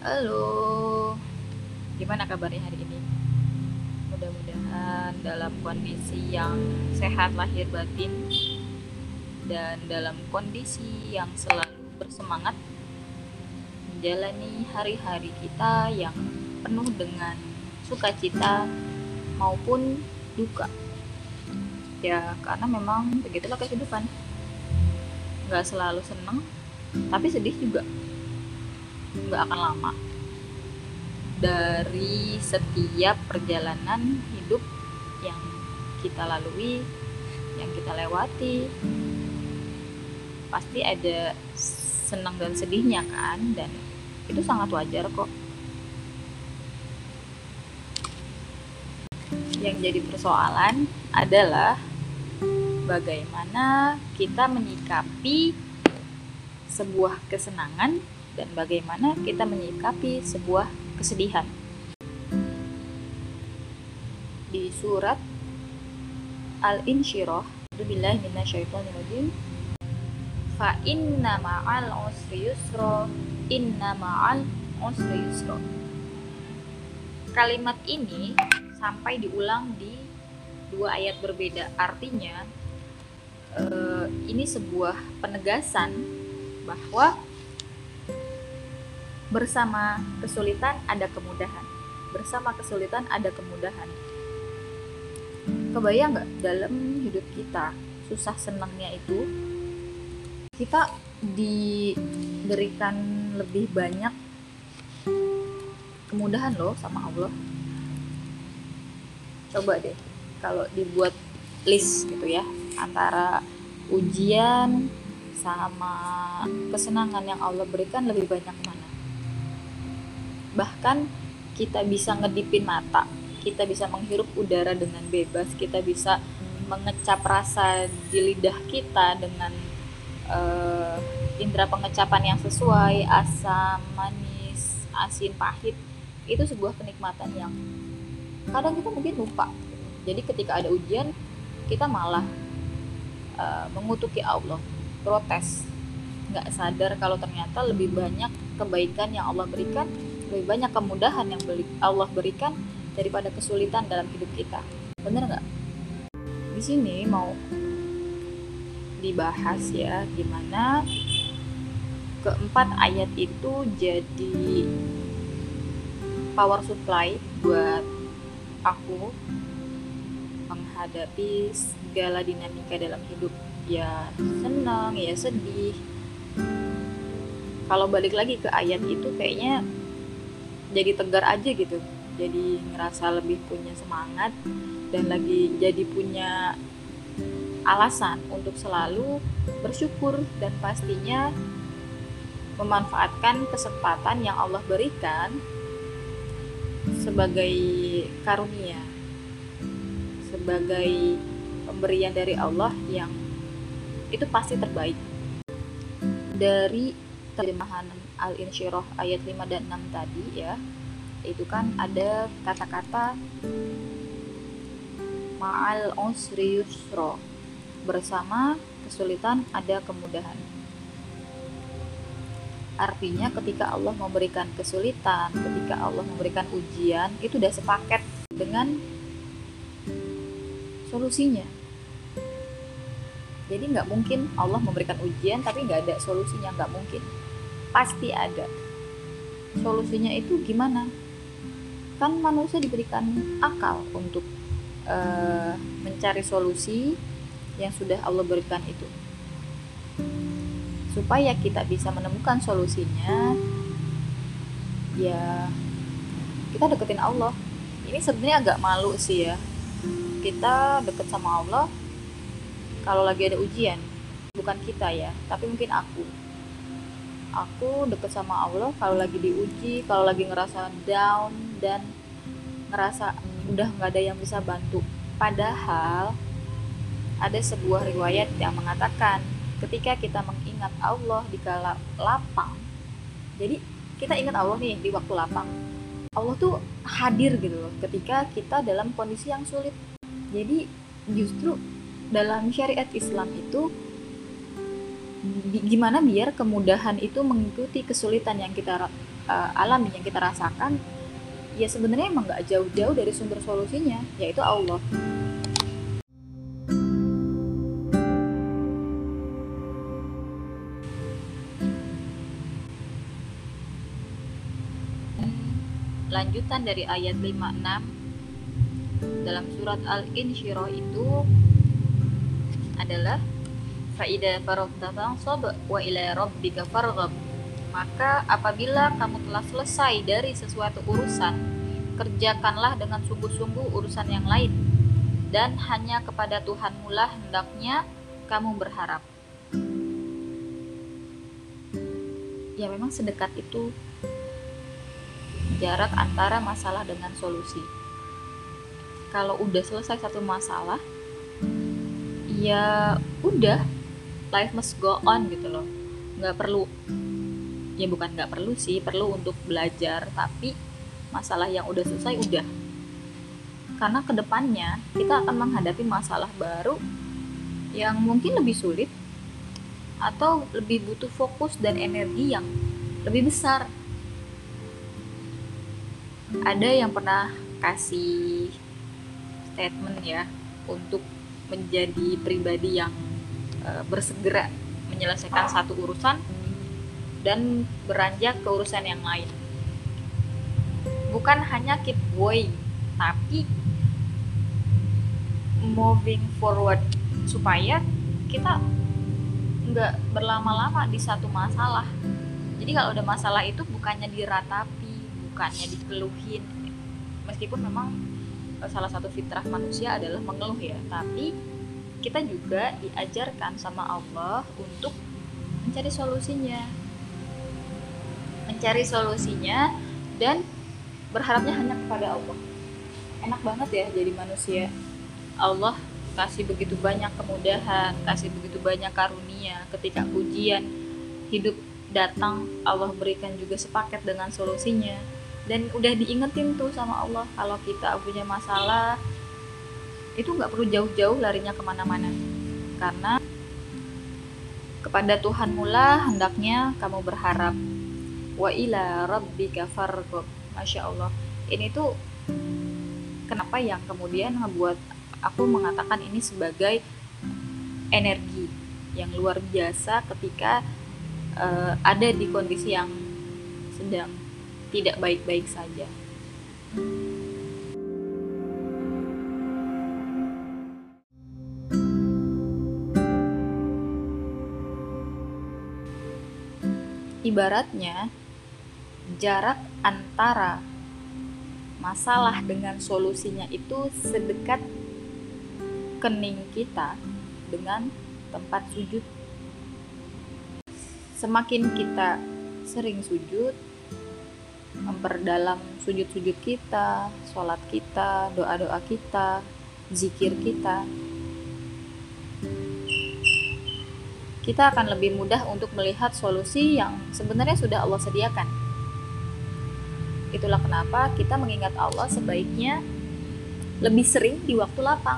Halo, gimana kabarnya hari ini? Mudah-mudahan dalam kondisi yang sehat lahir batin dan dalam kondisi yang selalu bersemangat menjalani hari-hari kita yang penuh dengan sukacita maupun duka. Ya, karena memang begitulah kehidupan. Nggak selalu seneng, tapi sedih juga. Nggak akan lama. Dari setiap perjalanan hidup yang kita lalui, yang kita lewati, pasti ada senang dan sedihnya kan, dan itu sangat wajar kok. Yang jadi persoalan adalah bagaimana kita menyikapi sebuah kesenangan dan bagaimana kita menyikapi sebuah kesedihan. Di surat Al-Insyirah, A'udzubillahi minasyaitonirrajim, fa inna ma'al usri yusra, inna ma'al usri yusra. Kalimat ini sampai diulang di dua ayat berbeda. Artinya ini sebuah penegasan bahwa bersama kesulitan ada kemudahan. Bersama kesulitan ada kemudahan. Kebayang nggak dalam hidup kita susah senangnya itu kita diberikan lebih banyak kemudahan loh sama Allah. Coba deh kalau dibuat list gitu ya, antara ujian sama kesenangan yang Allah berikan, lebih banyak mana? Bahkan kita bisa ngedipin mata, kita bisa menghirup udara dengan bebas, kita bisa mengecap rasa di lidah kita dengan indera pengecapan yang sesuai, asam, manis, asin, pahit. Itu sebuah kenikmatan yang kadang kita mungkin lupa. Jadi ketika ada ujian, kita malah mengutuki Allah, protes, nggak sadar kalau ternyata lebih banyak kebaikan yang Allah berikan, lebih banyak kemudahan yang Allah berikan daripada kesulitan dalam hidup kita. Bener nggak? Di sini mau dibahas ya, gimana keempat ayat itu jadi power supply buat aku menghadapi segala dinamika dalam hidup. Ya senang, ya sedih. Kalau balik lagi ke ayat itu kayaknya jadi tegar aja gitu, jadi ngerasa lebih punya semangat dan lagi jadi punya alasan untuk selalu bersyukur dan pastinya memanfaatkan kesempatan yang Allah berikan sebagai karunia, sebagai pemberian dari Allah yang itu pasti terbaik. Dari terjemahan Al-Insyirah ayat 5 dan 6 tadi ya, itu kan ada kata-kata ma'al usri yusra, bersama kesulitan ada kemudahan. Artinya ketika Allah memberikan kesulitan, ketika Allah memberikan ujian, itu udah sepaket dengan solusinya. Jadi nggak mungkin Allah memberikan ujian tapi nggak ada solusinya, nggak mungkin. Pasti ada. Solusinya itu gimana? Kan manusia diberikan akal untuk mencari solusi yang sudah Allah berikan itu. Supaya kita bisa menemukan solusinya, ya kita deketin Allah. Ini sebenarnya agak malu sih ya. Kita deket sama Allah kalau lagi ada ujian. Bukan kita ya, tapi mungkin aku deket sama Allah kalau lagi diuji, kalau lagi ngerasa down dan ngerasa udah gak ada yang bisa bantu. Padahal ada sebuah riwayat yang mengatakan ketika kita mengingat Allah di kala lapang, jadi kita ingat Allah nih di waktu lapang, Allah tuh hadir gitu loh ketika kita dalam kondisi yang sulit. Jadi justru dalam syariat Islam itu gimana biar kemudahan itu mengikuti kesulitan yang kita alami, yang kita rasakan, ya sebenarnya emang nggak jauh-jauh dari sumber solusinya, yaitu Allah. Lanjutan dari ayat 56 dalam surat Al-Insyirah itu adalah fa'idha faragta fansab wa ila rabbika farghab. Maka apabila kamu telah selesai dari sesuatu urusan, kerjakanlah dengan sungguh-sungguh urusan yang lain, dan hanya kepada Tuhanmu lah hendaknya kamu berharap. Ya memang sedekat itu jarak antara masalah dengan solusi. Kalau udah selesai satu masalah, ya udah, life must go on gitu loh. Nggak perlu, ya bukan nggak perlu sih, perlu untuk belajar, tapi masalah yang udah selesai udah. Karena kedepannya kita akan menghadapi masalah baru yang mungkin lebih sulit atau lebih butuh fokus dan energi yang lebih besar. Ada yang pernah kasih statement ya, untuk menjadi pribadi yang bersegera menyelesaikan satu urusan dan beranjak ke urusan yang lain. Bukan hanya keep going, tapi moving forward, supaya kita nggak berlama-lama di satu masalah. Jadi kalau ada masalah itu bukannya diratapi, bukannya dikeluhin, meskipun memang salah satu fitrah manusia adalah mengeluh ya, tapi kita juga diajarkan sama Allah untuk mencari solusinya dan berharapnya hanya kepada Allah. Enak banget ya jadi manusia. Allah kasih begitu banyak kemudahan, kasih begitu banyak karunia. Ketika ujian hidup datang, Allah berikan juga sepaket dengan solusinya. Dan udah diingetin tuh sama Allah, kalau kita punya masalah itu gak perlu jauh-jauh larinya kemana-mana, karena kepada Tuhanmu lah hendaknya kamu berharap. Wa ila rabbika farghab. Masya Allah, ini tuh kenapa yang kemudian ngebuat aku mengatakan ini sebagai energi yang luar biasa ketika ada di kondisi yang sedang tidak baik-baik saja. Ibaratnya jarak antara masalah dengan solusinya itu sedekat kening kita dengan tempat sujud. Semakin kita sering sujud, memperdalam sujud-sujud kita, sholat kita, doa-doa kita, zikir kita akan lebih mudah untuk melihat solusi yang sebenarnya sudah Allah sediakan. Itulah kenapa kita mengingat Allah sebaiknya lebih sering di waktu lapang,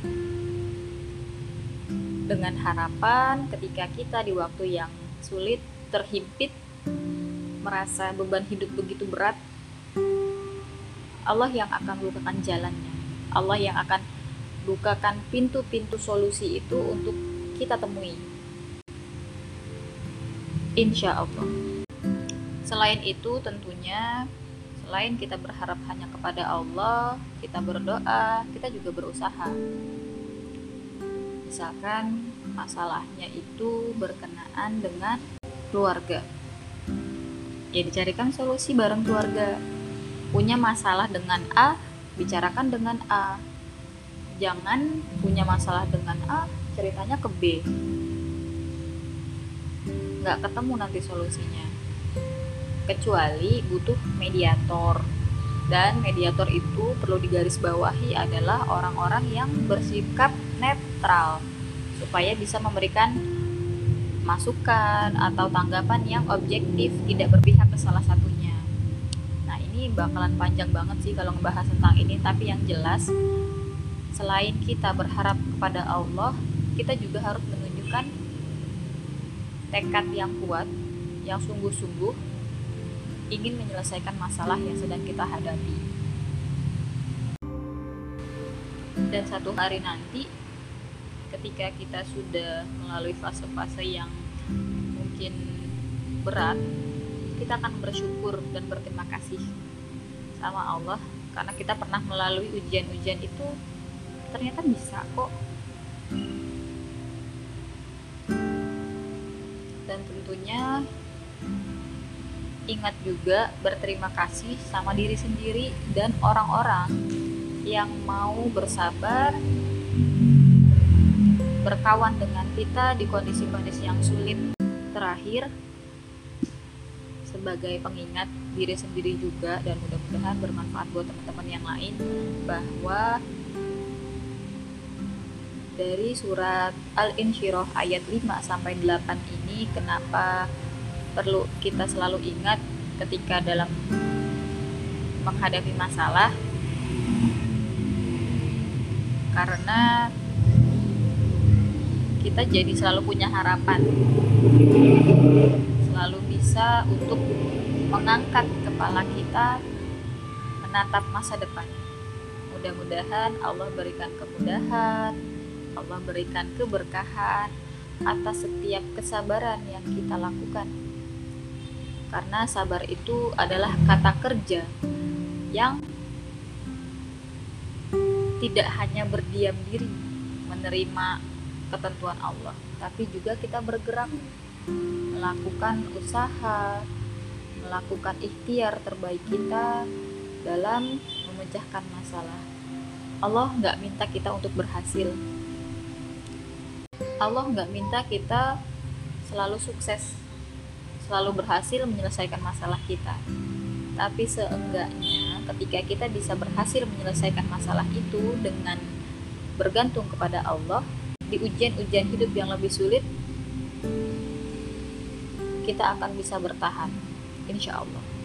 dengan harapan ketika kita di waktu yang sulit, terhimpit, merasa beban hidup begitu berat, Allah yang akan bukakan jalannya. Allah yang akan bukakan pintu-pintu solusi itu untuk kita temui, insya Allah. Selain itu tentunya, selain kita berharap hanya kepada Allah, kita berdoa, kita juga berusaha. Misalkan masalahnya itu berkenaan dengan keluarga, ya dicarikan solusi bareng keluarga. Punya masalah dengan A, bicarakan dengan A. Jangan punya masalah dengan A, ceritanya ke B, nggak ketemu nanti solusinya. Kecuali butuh mediator, dan mediator itu perlu digarisbawahi adalah orang-orang yang bersikap netral, supaya bisa memberikan masukan atau tanggapan yang objektif, tidak berpihak ke salah satunya. Nah ini bakalan panjang banget sih kalau ngebahas tentang ini, tapi yang jelas selain kita berharap kepada Allah, kita juga harus menunjukkan tekad yang kuat, yang sungguh-sungguh ingin menyelesaikan masalah yang sedang kita hadapi. Dan satu hari nanti, ketika kita sudah melalui fase-fase yang mungkin berat, kita akan bersyukur dan berterima kasih sama Allah karena kita pernah melalui ujian-ujian itu, ternyata bisa kok. Dan tentunya ingat juga berterima kasih sama diri sendiri dan orang-orang yang mau bersabar berkawan dengan kita di kondisi-kondisi yang sulit. Terakhir, sebagai pengingat diri sendiri juga, dan mudah-mudahan bermanfaat buat teman-teman yang lain, bahwa dari surat Al-Insyirah ayat 5-8 ini kenapa perlu kita selalu ingat ketika dalam menghadapi masalah, karena kita jadi selalu punya harapan, selalu bisa untuk mengangkat kepala kita menatap masa depan. Mudah-mudahan Allah berikan kemudahan, Allah berikan keberkahan atas setiap kesabaran yang kita lakukan. Karena sabar itu adalah kata kerja yang tidak hanya berdiam diri menerima ketentuan Allah, tapi juga kita bergerak, melakukan usaha, melakukan ikhtiar terbaik kita dalam memecahkan masalah. Allah nggak minta kita untuk berhasil, Allah nggak minta kita selalu sukses, selalu berhasil menyelesaikan masalah kita. Tapi seenggaknya ketika kita bisa berhasil menyelesaikan masalah itu dengan bergantung kepada Allah, di ujian-ujian hidup yang lebih sulit, kita akan bisa bertahan, insya Allah.